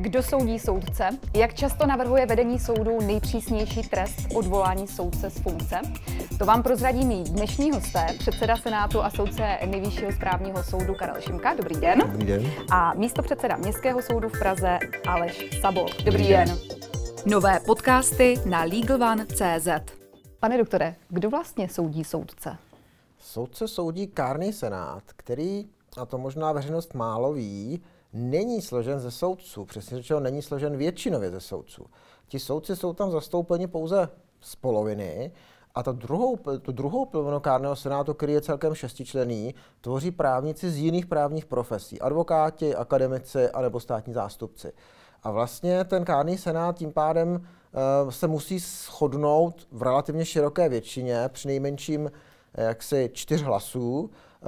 Kdo soudí soudce? Jak často navrhuje vedení soudu nejpřísnější trest odvolání soudce z funkce? To vám prozradí mý dnešní hosté, předseda Senátu a soudce Nejvyššího správního soudu Karel Šimka. Dobrý den. Dobrý den. A místopředseda Městského soudu v Praze Aleš Sabol. Dobrý den. Nové podcasty na LegalOne.cz. Pane doktore, kdo vlastně soudí soudce? Soudce soudí kárný senát, který, a to možná veřejnost málo ví, není složen ze soudců. Přesně řečeno, není složen většinově ze soudců. Ti soudci jsou tam zastoupeni pouze z poloviny a tu druhou polovinu kárného senátu, který je celkem šestičlenný, tvoří právníci z jiných právních profesí. Advokáti, akademici anebo státní zástupci. A vlastně ten kárný senát tím pádem se musí shodnout v relativně široké většině, přinejmenším jaksi 4 hlasů,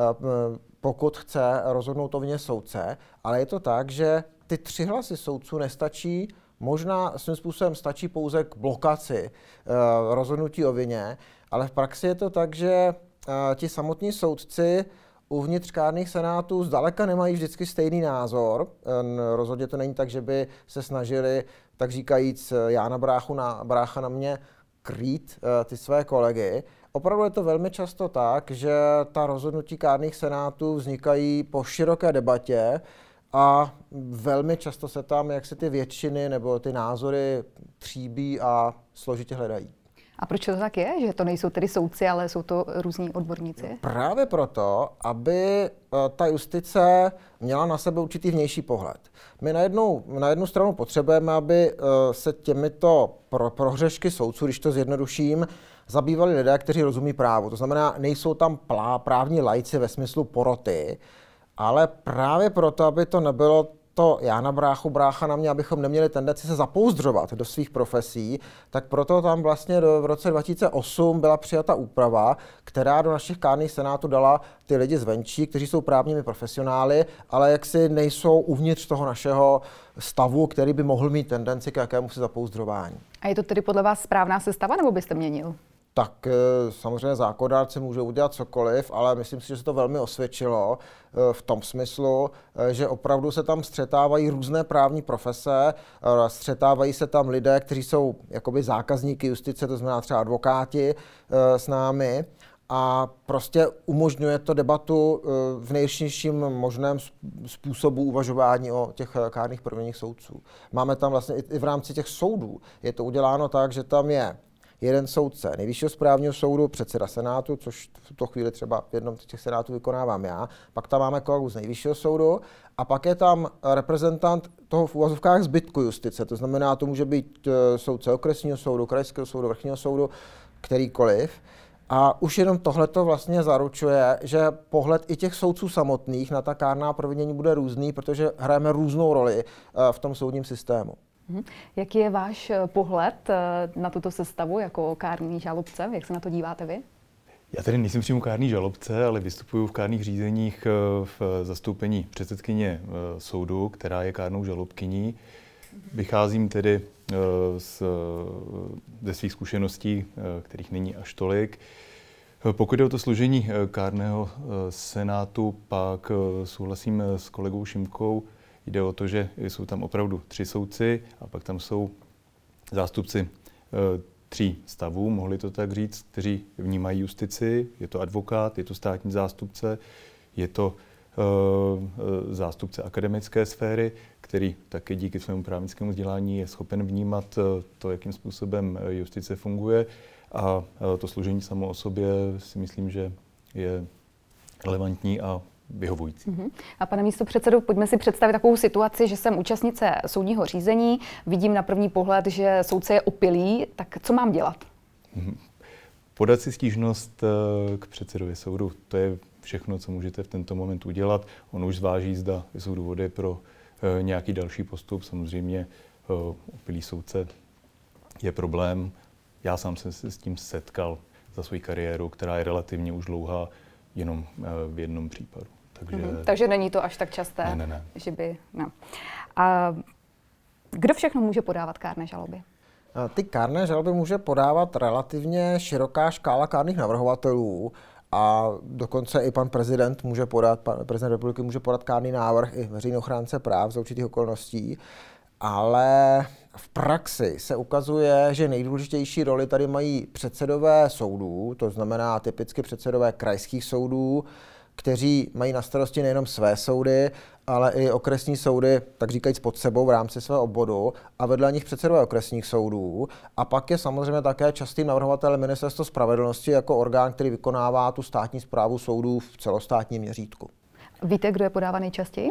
pokud chce rozhodnout o vině soudce, ale je to tak, že ty 3 hlasy soudců nestačí, možná svým způsobem stačí pouze k blokaci rozhodnutí o vině, ale v praxi je to tak, že ti samotní soudci uvnitř kárných senátů zdaleka nemají vždycky stejný názor. Rozhodně to není tak, že by se snažili, tak říkajíc, Jána brácha na mě krýt ty své kolegy. Opravdu je to velmi často tak, že ta rozhodnutí kárných senátů vznikají po široké debatě a velmi často se tam jaksi ty většiny nebo ty názory tříbí a složitě hledají. A proč to tak je, že to nejsou tedy soudci, ale jsou to různí odborníci? Právě proto, aby ta justice měla na sebe určitý vnější pohled. My na jednu stranu potřebujeme, aby se těmito prohřešky soudců, když to zjednoduším, zabývali lidé, kteří rozumí právu. To znamená, nejsou tam právní laici ve smyslu poroty, ale právě proto, aby to nebylo to Jána brácha na mě, abychom neměli tendenci se zapouzdřovat do svých profesí, tak proto tam vlastně v roce 2008 byla přijata úprava, která do našich kárných senátů dala ty lidi zvenčí, kteří jsou právními profesionály, ale jaksi nejsou uvnitř toho našeho stavu, který by mohl mít tendenci k jakémusi zapouzdřování. A je to tedy podle vás správná sestava, nebo byste měnil? Tak samozřejmě zákonodárce může udělat cokoliv, ale myslím si, že se to velmi osvědčilo v tom smyslu, že opravdu se tam střetávají různé právní profese, střetávají se tam lidé, kteří jsou jakoby zákazníky justice, to znamená třeba advokáti s námi, a prostě umožňuje to debatu v nejširším možném způsobu uvažování o těch kárných proviněných soudců. Máme tam vlastně i v rámci těch soudů, je to uděláno tak, že tam je jeden soudce Nejvyššího správního soudu, předseda Senátu, což v tuto chvíli třeba v jednom z těch senátů vykonávám já, pak tam máme kolegu z Nejvyššího soudu a pak je tam reprezentant toho v uvozovkách zbytku justice, to znamená, to může být soudce okresního soudu, krajského soudu, vrchního soudu, kterýkoliv. A už jenom tohleto vlastně zaručuje, že pohled i těch soudců samotných na ta kárná provinění bude různý, protože hrajeme různou roli v tom soudním systému. Jaký je váš pohled na tuto sestavu jako kárný žalobce? Jak se na to díváte vy? Já tedy nejsem přímo kárný žalobce, ale vystupuji v kárných řízeních v zastoupení předsedkyně soudu, která je kárnou žalobkyní. Vycházím tedy ze svých zkušeností, kterých není až tolik. Pokud jde o to složení kárného senátu, pak souhlasím s kolegou Šimkou. Jde o to, že jsou tam opravdu 3 soudci a pak tam jsou zástupci 3 stavů, mohli to tak říct, kteří vnímají justici. Je to advokát, je to státní zástupce, je to zástupce akademické sféry, který taky díky svému právnickému vzdělání je schopen vnímat to, jakým způsobem justice funguje. A to složení samo o sobě si myslím, že je relevantní a vyhovující. A pane místopředsedo, pojďme si představit takovou situaci, že jsem účastnice soudního řízení, vidím na první pohled, že soudce je opilý, tak co mám dělat? Podat si stížnost k předsedovi soudu, to je všechno, co můžete v tento moment udělat. On už zváží, zda jsou důvody pro nějaký další postup. Samozřejmě opilý soudce je problém. Já sám jsem se s tím setkal za svou kariéru, která je relativně už dlouhá, jenom v jednom případu. Takže není to až tak časté, Ne. že by... No. A kdo všechno může podávat kárné žaloby? Ty kárné žaloby může podávat relativně široká škála kárných navrhovatelů a dokonce i pan prezident prezident republiky může podat kárný návrh, i veřejný ochránce práv za určitých okolností. ale v praxi se ukazuje, že nejdůležitější roli tady mají předsedové soudů, to znamená typicky předsedové krajských soudů, kteří mají na starosti nejenom své soudy, ale i okresní soudy, tak říkajíc pod sebou v rámci svého obvodu a vedle nich předsedové okresních soudů. A pak je samozřejmě také častým navrhovatelem Ministerstvo spravedlnosti jako orgán, který vykonává tu státní správu soudů v celostátním měřítku. Víte, kdo je podává nejčastěji?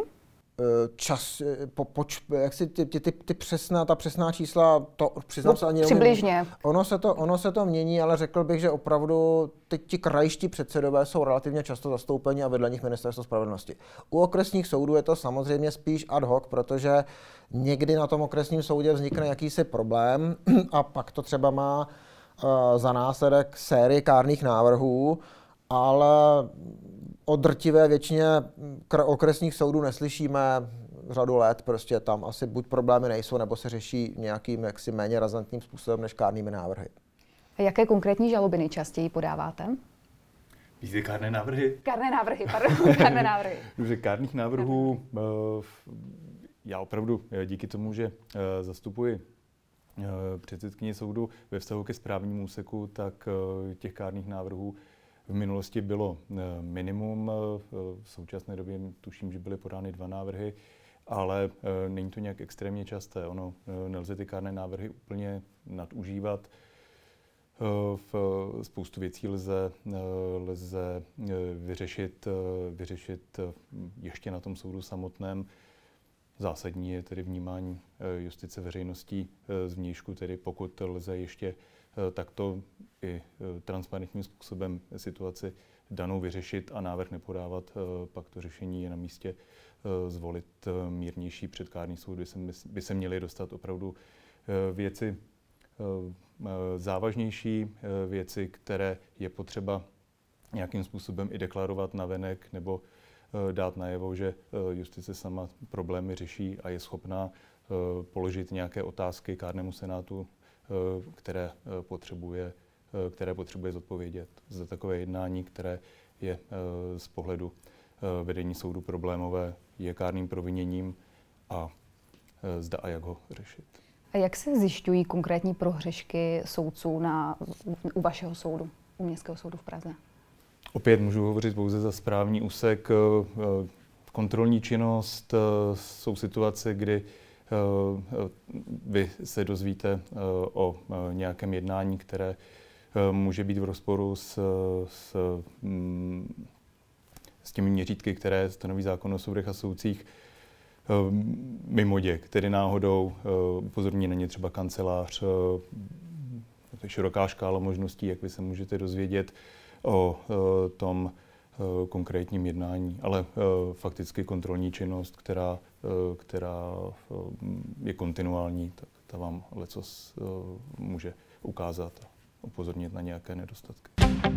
Jak si ta přesná čísla, to přiznám se ani neumím. Přibližně. Ono se to mění, ale řekl bych, že opravdu teď ti krajští předsedové jsou relativně často zastoupeni a vedle nich Ministerstvo spravedlnosti. U okresních soudů je to samozřejmě spíš ad hoc, protože někdy na tom okresním soudě vznikne jakýsi problém a pak to třeba má za následek sérii kárných návrhů, ale o drtivé většině okresních soudů neslyšíme řadu let, prostě tam asi buď problémy nejsou, nebo se řeší nějakým jaksi méně razantním způsobem než kárnými návrhy. A jaké konkrétní žaloby nejčastěji podáváte? Víte, kárné návrhy? Kárné návrhy. Dobře, kárných návrhů, já opravdu díky tomu, že zastupuji předsedkyni soudu ve vztahu ke správnímu úseku, tak těch kárných návrhů v minulosti bylo minimum. V současné době tuším, že byly podány 2 návrhy, ale není to nějak extrémně časté. Nelze ty kárné návrhy úplně nadužívat. Spoustu věcí lze vyřešit ještě na tom soudu samotném. Zásadní je tedy vnímání justice veřejností zvnějšku, tedy pokud lze ještě takto i transparentním způsobem situaci danou vyřešit a návrh nepodávat, pak to řešení je na místě zvolit mírnější předkárný soud, kde by se měly dostat opravdu věci závažnější, věci, které je potřeba nějakým způsobem i deklarovat navenek nebo dát najevo, že justice sama problémy řeší a je schopná položit nějaké otázky kárnému senátu, které potřebuje zodpovědět. Za takové jednání, které je z pohledu vedení soudu problémové, je kárným proviněním a zda a jak ho řešit. A jak se zjišťují konkrétní prohřešky soudců u vašeho soudu, u Městského soudu v Praze? Opět můžu hovořit pouze za správní úsek. Kontrolní činnost jsou situace, kdy vy se dozvíte o nějakém jednání, které může být v rozporu s těmi měřítky, které stanoví zákon o soudech a soudcích mimo děk, tedy náhodou upozorní na ně třeba kancelář, to je široká škála možností, jak vy se můžete dozvědět o tom konkrétním jednání, ale fakticky kontrolní činnost, která je kontinuální, tak ta vám lecos může ukázat a upozornit na nějaké nedostatky.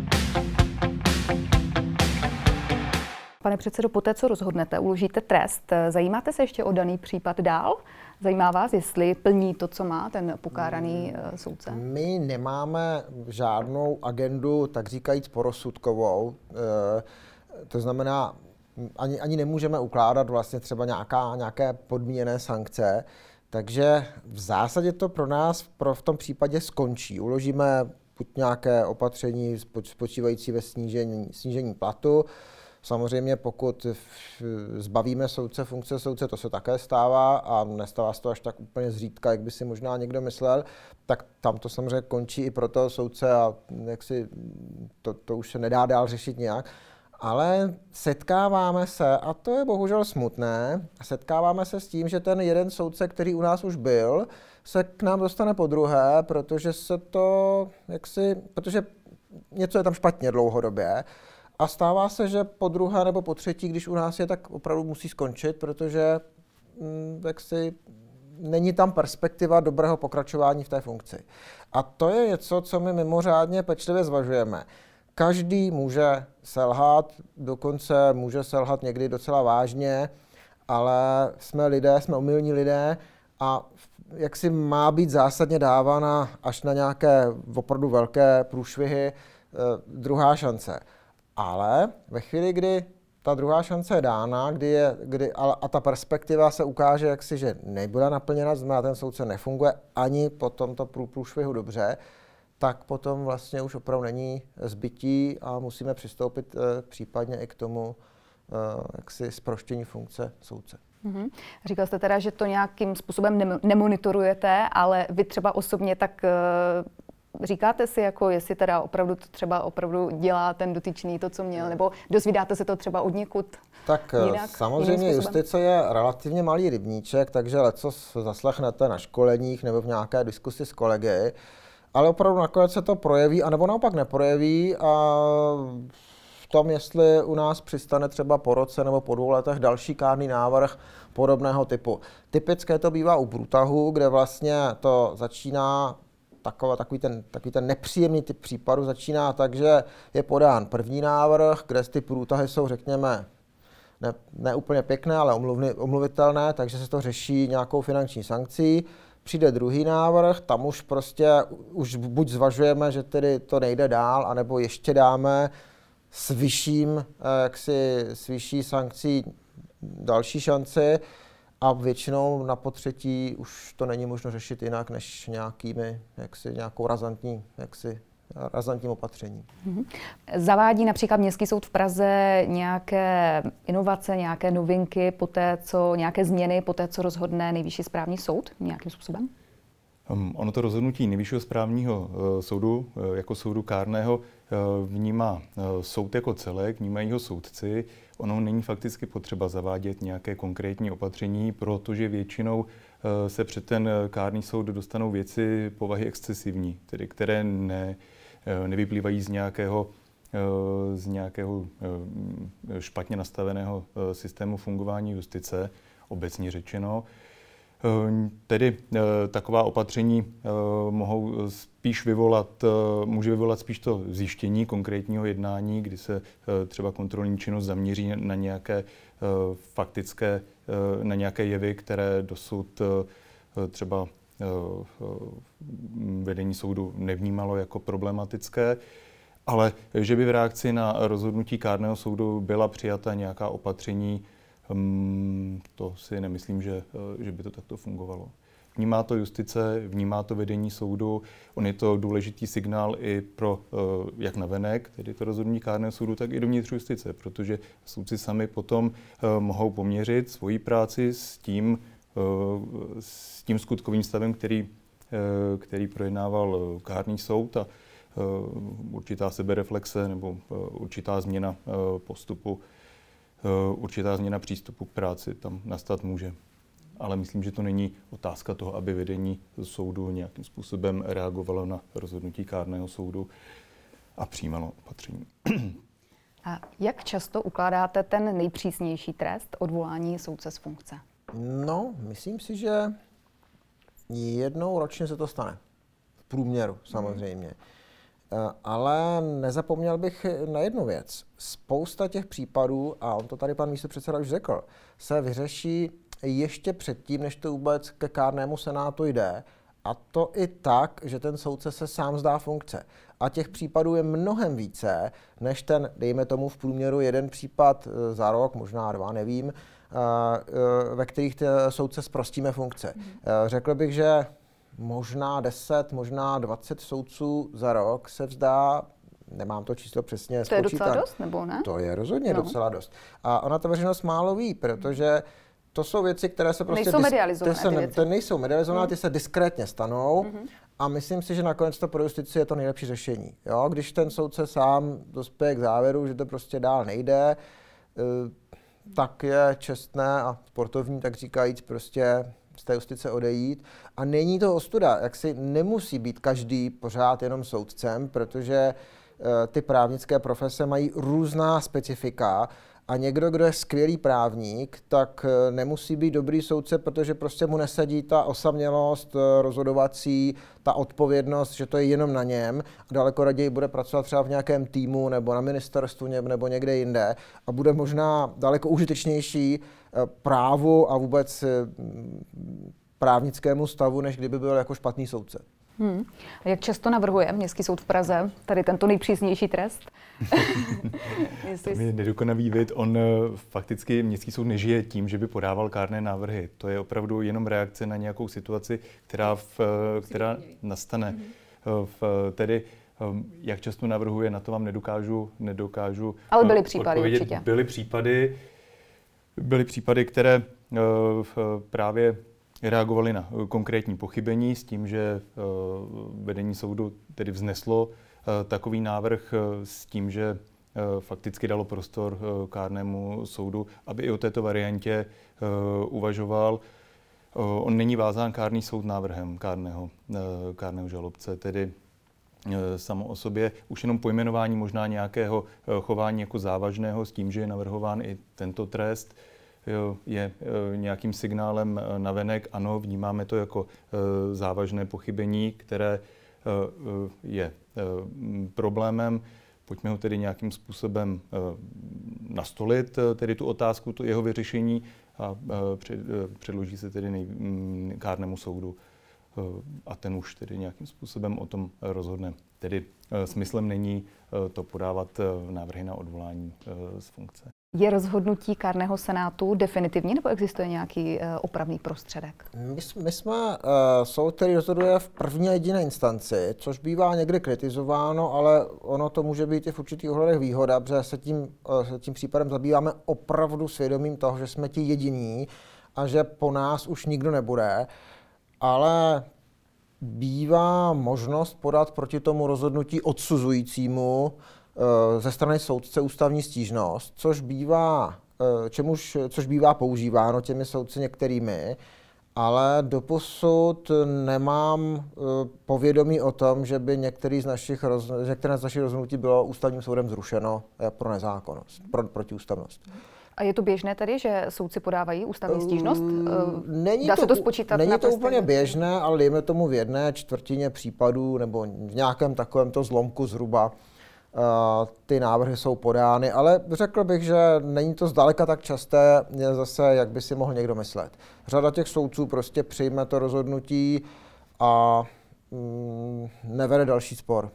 Pane předsedo, poté, co rozhodnete, uložíte trest, zajímáte se ještě o daný případ dál? Zajímá vás, jestli plní to, co má ten pokáraný soudce? My nemáme žádnou agendu, tak říkajíc, porozsudkovou. To znamená, ani nemůžeme ukládat vlastně třeba nějaké podmíněné sankce. Takže v zásadě to pro nás v tom případě skončí. Uložíme buď nějaké opatření spočívající ve snížení platu. Samozřejmě pokud zbavíme soudce funkce soudce, to se také stává a nestává se to až tak úplně zřídka, jak by si možná někdo myslel, tak tam to samozřejmě končí i pro toho soudce a jaksi to už se nedá dál řešit nějak. Ale setkáváme se, a to je bohužel smutné, setkáváme se s tím, že ten jeden soudce, který u nás už byl, se k nám dostane podruhé, protože něco je tam špatně dlouhodobě. A stává se, že po druhé nebo po třetí, když u nás je, tak opravdu musí skončit, protože není tam perspektiva dobrého pokračování v té funkci. A to je něco, co my mimořádně pečlivě zvažujeme. Každý může selhat, dokonce může selhat někdy docela vážně, ale jsme lidé, jsme omylní lidé a jaksi má být zásadně dávána až na nějaké opravdu velké průšvihy druhá šance. Ale ve chvíli, kdy ta druhá šance je dána, a ta perspektiva se ukáže, jaksi, že nebyla naplněna, znamená, ten soudce nefunguje ani po tomto průšvihu dobře, tak potom vlastně už opravdu není zbytí a musíme přistoupit případně i k tomu jaksi zproštění funkce soudce. Mm-hmm. Říkal jste teda, že to nějakým způsobem nemonitorujete, ale vy třeba osobně tak říkáte si, jako jestli teda opravdu to třeba opravdu dělá ten dotyčný to, co měl, nebo dozvídáte se to třeba od někud tak jinak? Samozřejmě justice je relativně malý rybníček, takže lecos zaslechnete na školeních nebo v nějaké diskusi s kolegy, ale opravdu nakonec se to projeví, anebo naopak neprojeví a v tom, jestli u nás přistane třeba po roce nebo po 2 letech další kárný návrh podobného typu. Typické to bývá u průtahu, kde vlastně to začíná takový ten nepříjemný typ případu začíná tak, že je podán první návrh, kde ty průtahy jsou, řekněme, ne úplně pěkné, ale omluvitelné, takže se to řeší nějakou finanční sankcí. Přijde druhý návrh, tam už buď zvažujeme, že tedy to nejde dál, anebo ještě dáme s vyšší sankcí další šanci a většinou na potřetí už to není možno řešit jinak než nějakou razantním opatřením. Zavádí například Městský soud v Praze nějaké inovace, nějaké novinky, nějaké změny po té, co rozhodne Nejvyšší správní soud nějakým způsobem? Ono to rozhodnutí Nejvyššího správního soudu jako soudu kárného vnímá soud jako celek, vnímají ho soudci. Ono není fakticky potřeba zavádět nějaké konkrétní opatření, protože většinou se před ten kárný soud dostanou věci povahy excesivní, tedy které nevyplývají z nějakého špatně nastaveného systému fungování justice, obecně řečeno. Tedy taková opatření může vyvolat spíš to zjištění konkrétního jednání, kdy se třeba kontrolní činnost zaměří na nějaké na nějaké jevy, které dosud třeba vedení soudu nevnímalo jako problematické, ale že by v reakci na rozhodnutí kárného soudu byla přijata nějaká opatření, to si nemyslím, že by to takto fungovalo. Vnímá to justice, vnímá to vedení soudu, on je to důležitý signál i pro jak navenek, tedy to rozhodnutí kárného soudu, tak i dovnitř justice, protože soudci sami potom mohou poměřit svoji práci s tím skutkovým stavem, který projednával kárný soud, a určitá sebereflexe nebo určitá změna postupu, určitá změna přístupu k práci tam nastat může. Ale myslím, že to není otázka toho, aby vedení soudu nějakým způsobem reagovalo na rozhodnutí kárného soudu a přijímalo opatření. A jak často ukládáte ten nejpřísnější trest odvolání soudce z funkce? No, myslím si, že jednou ročně se to stane. V průměru samozřejmě. Ale nezapomněl bych na jednu věc. Spousta těch případů, a on to tady pan místopředseda už řekl, se vyřeší ještě předtím, než to vůbec ke kárnému senátu jde. A to i tak, že ten soudce se sám vzdá funkce. A těch případů je mnohem více, než ten, dejme tomu v průměru, jeden případ za rok, možná 2, nevím, ve kterých soudce zprostíme funkce. Řekl bych, že možná 10, možná 20 soudců za rok se vzdá, nemám to číslo přesně spočítat. To je docela dost, nebo ne? To je rozhodně docela dost. A ona to veřejnost málo ví, protože to jsou věci, které se prostě... Nejsou medializované ty nejsou medializované, ty se diskrétně stanou a myslím si, že nakonec to pro justici je to nejlepší řešení. Jo? Když ten soudce sám dospěje k závěru, že to prostě dál nejde, tak je čestné a sportovní, tak říkajíc, prostě z té justice odejít. A není to ostuda, jaksi nemusí být každý pořád jenom soudcem, protože ty právnické profese mají různá specifika a někdo, kdo je skvělý právník, tak nemusí být dobrý soudce, protože prostě mu nesedí ta osamělost rozhodovací, ta odpovědnost, že to je jenom na něm a daleko raději bude pracovat třeba v nějakém týmu nebo na ministerstvu nebo někde jinde a bude možná daleko užitečnější právu a vůbec právnickému stavu, než kdyby byl jako špatný soudce. A jak často navrhuje Městský soud v Praze tady tento nejpřísnější trest? Tam je nedokonavý vid. On fakticky Městský soud nežije tím, že by podával kárné návrhy. To je opravdu jenom reakce na nějakou situaci, která nastane. Tedy jak často navrhuje, na to vám nedokážu Ale byly případy odpovědět. Určitě. Byly případy, které právě reagovali na konkrétní pochybení s tím, že vedení soudu tedy vzneslo takový návrh s tím, že fakticky dalo prostor kárnému soudu, aby i o této variantě uvažoval. On není vázán kárný soud návrhem kárného žalobce, tedy samo o sobě. Už jenom pojmenování možná nějakého chování jako závažného s tím, že je navrhován i tento trest, je nějakým signálem navenek. Ano, vnímáme to jako závažné pochybení, které je problémem. Pojďme ho tedy nějakým způsobem nastolit, tedy tu otázku, to jeho vyřešení a předloží se tedy kárnému soudu a ten už tedy nějakým způsobem o tom rozhodne. Tedy smyslem není to podávat návrhy na odvolání z funkce. Je rozhodnutí kárného senátu definitivní, nebo existuje nějaký opravný prostředek? My jsme soud, který rozhoduje v první jediné instanci, což bývá někdy kritizováno, ale ono to může být i v určitých ohledech výhoda, protože se tím případem zabýváme opravdu svědomím toho, že jsme ti jediní a že po nás už nikdo nebude, ale bývá možnost podat proti tomu rozhodnutí odsuzujícímu ze strany soudce ústavní stížnost, což bývá používáno těmi soudci některými, ale doposud nemám povědomí o tom, že by některé z našich rozhodnutí bylo ústavním soudem zrušeno pro nezákonnost, pro protiústavnost. A je to běžné tedy, že soudci podávají ústavní stížnost? Dá se to spočítat? Není to úplně běžné, ale dejme tomu v 1/4 případů nebo v nějakém takovémto zlomku zhruba ty návrhy jsou podány, ale řekl bych, že není to zdaleka tak časté, zase, jak by si mohl někdo myslet. Řada těch soudců prostě přijme to rozhodnutí a nevede další spor.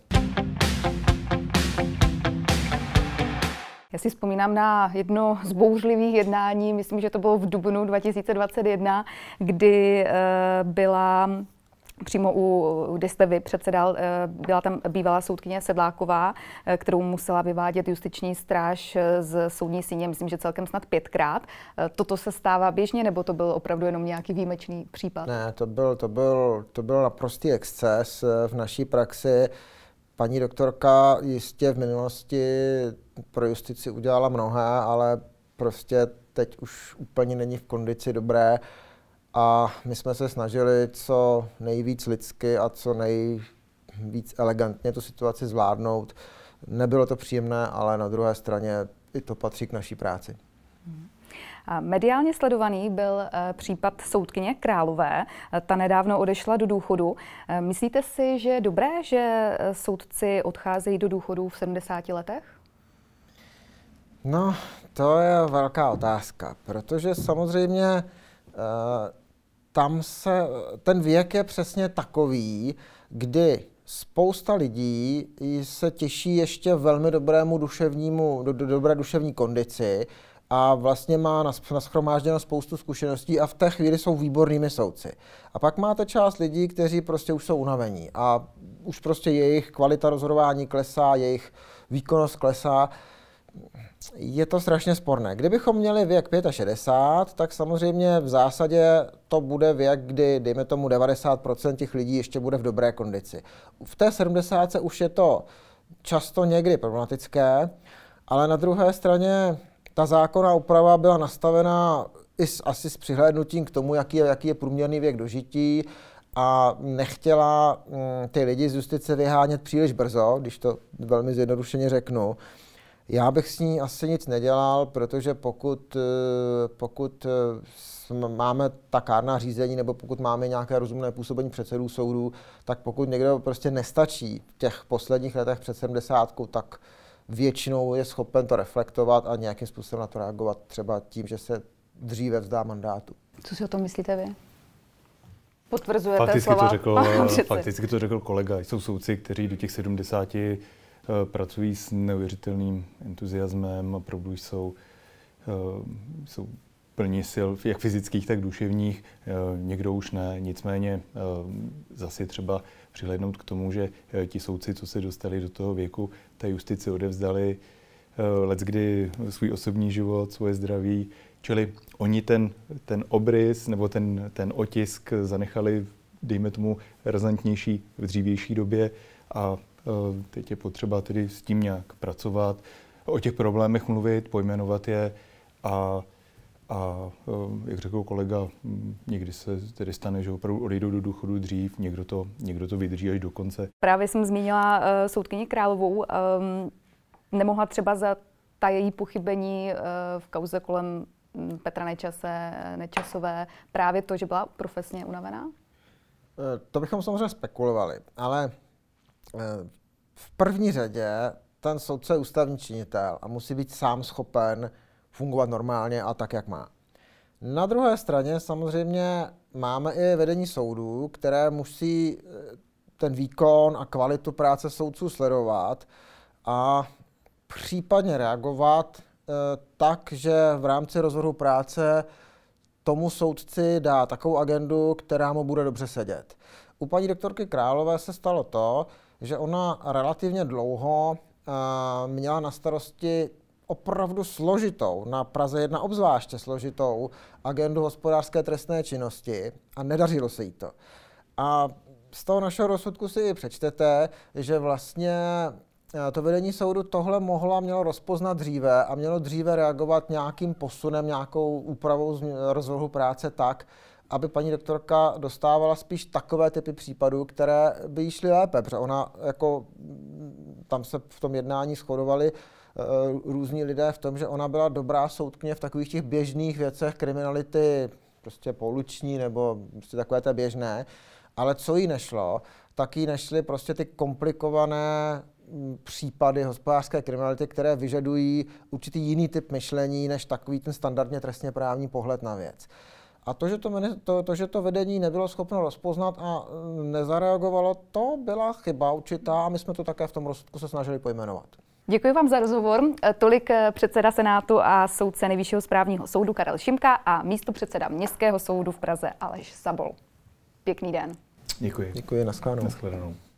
Já si vzpomínám na jedno z bouřlivých jednání, myslím, že to bylo v dubnu 2021, kdy byla přímo kde jste vy předsedal, byla tam bývalá soudkyně Sedláková, kterou musela vyvádět justiční stráž z soudní síně, myslím, že celkem snad 5krát. Toto se stává běžně, nebo to byl opravdu jenom nějaký výjimečný případ? Ne, to byl naprostý exces v naší praxi. Paní doktorka jistě v minulosti pro justici udělala mnohé, ale prostě teď už úplně není v kondici dobré. A my jsme se snažili co nejvíc lidsky a co nejvíc elegantně tu situaci zvládnout. Nebylo to příjemné, ale na druhé straně i to patří k naší práci. Mediálně sledovaný byl případ soudkyně Králové. Ta nedávno odešla do důchodu. Myslíte si, že je dobré, že soudci odcházejí do důchodu v 70 letech? No, to je velká otázka, protože samozřejmě ten věk je přesně takový, kdy spousta lidí se těší ještě velmi dobré duševní kondici a vlastně má nashromážděno spoustu zkušeností a v té chvíli jsou výbornými soudci. A pak máte část lidí, kteří prostě už jsou unavení a už prostě jejich kvalita rozhodování klesá, jejich výkonnost klesá. Je to strašně sporné. Kdybychom měli věk 65, tak samozřejmě v zásadě to bude věk, kdy, dejme tomu, 90% těch lidí ještě bude v dobré kondici. V té 70 už je to často někdy problematické, ale na druhé straně ta zákonná úprava byla nastavena asi s přihlédnutím k tomu, jaký je průměrný věk dožití a nechtěla ty lidi z justice vyhánět příliš brzo, když to velmi zjednodušeně řeknu. Já bych s ní asi nic nedělal, protože pokud máme ta kárná řízení nebo pokud máme nějaké rozumné působení předsedů soudů, tak pokud někdo prostě nestačí v těch posledních letech před 70, tak většinou je schopen to reflektovat a nějakým způsobem na to reagovat, třeba tím, že se dříve vzdá mandátu. Co si o tom myslíte vy? Potvrzujete slova? Fakticky to řekl kolega. Jsou soudci, kteří do těch 70 pracují s neuvěřitelným entuziasmem, opravdu jsou plní sil, jak fyzických, tak duševních. Někdo už ne, nicméně zase třeba přihlédnout k tomu, že ti soudci, co se dostali do toho věku, té justici odevzdali leckdy svůj osobní život, svoje zdraví, čili oni ten obrys nebo ten otisk zanechali, dejme tomu, razantnější v dřívější době a teď je potřeba tedy s tím nějak pracovat, o těch problémech mluvit, pojmenovat je a jak řekl kolega, někdy se tedy stane, že opravdu odejdou do důchodu dřív, někdo to vydrží až do konce. Právě jsem zmínila soudkyni Královou. Nemohla třeba za ta její pochybení v kauze kolem Petra Nečasové právě to, že byla profesně unavená? To bychom samozřejmě spekulovali, ale v první řadě ten soudce je ústavní činitel a musí být sám schopen fungovat normálně a tak, jak má. Na druhé straně samozřejmě máme i vedení soudů, které musí ten výkon a kvalitu práce soudců sledovat a případně reagovat tak, že v rámci rozvrhu práce tomu soudci dá takovou agendu, která mu bude dobře sedět. U paní doktorky Králové se stalo to, že ona relativně dlouho měla na starosti opravdu složitou, na Praze 1 obzvláště složitou agendu hospodářské trestné činnosti a nedařilo se jí to. A z toho našeho rozsudku si přečtete, že vlastně to vedení soudu tohle mělo rozpoznat dříve a mělo dříve reagovat nějakým posunem, nějakou úpravou rozvrhu práce tak, aby paní doktorka dostávala spíš takové typy případů, které by jí šly lépe, protože ona jako tam se v tom jednání shodovali různí lidé v tom, že ona byla dobrá soudkyně v takových těch běžných věcech kriminality, prostě pouliční nebo prostě takové té běžné, ale co jí nešlo, tak jí nešly prostě ty komplikované případy hospodářské kriminality, které vyžadují určitý jiný typ myšlení než takový ten standardně trestně právní pohled na věc. A to, že to vedení nebylo schopno rozpoznat a nezareagovalo, to byla chyba určitá a my jsme to také v tom rozsudku se snažili pojmenovat. Děkuji vám za rozhovor. Tolik předseda Senátu a soudce Nejvyššího správního soudu Karel Šimka a místopředseda Městského soudu v Praze Aleš Sabol. Pěkný den. Děkuji. Děkuji, nashledanou. Nashledanou.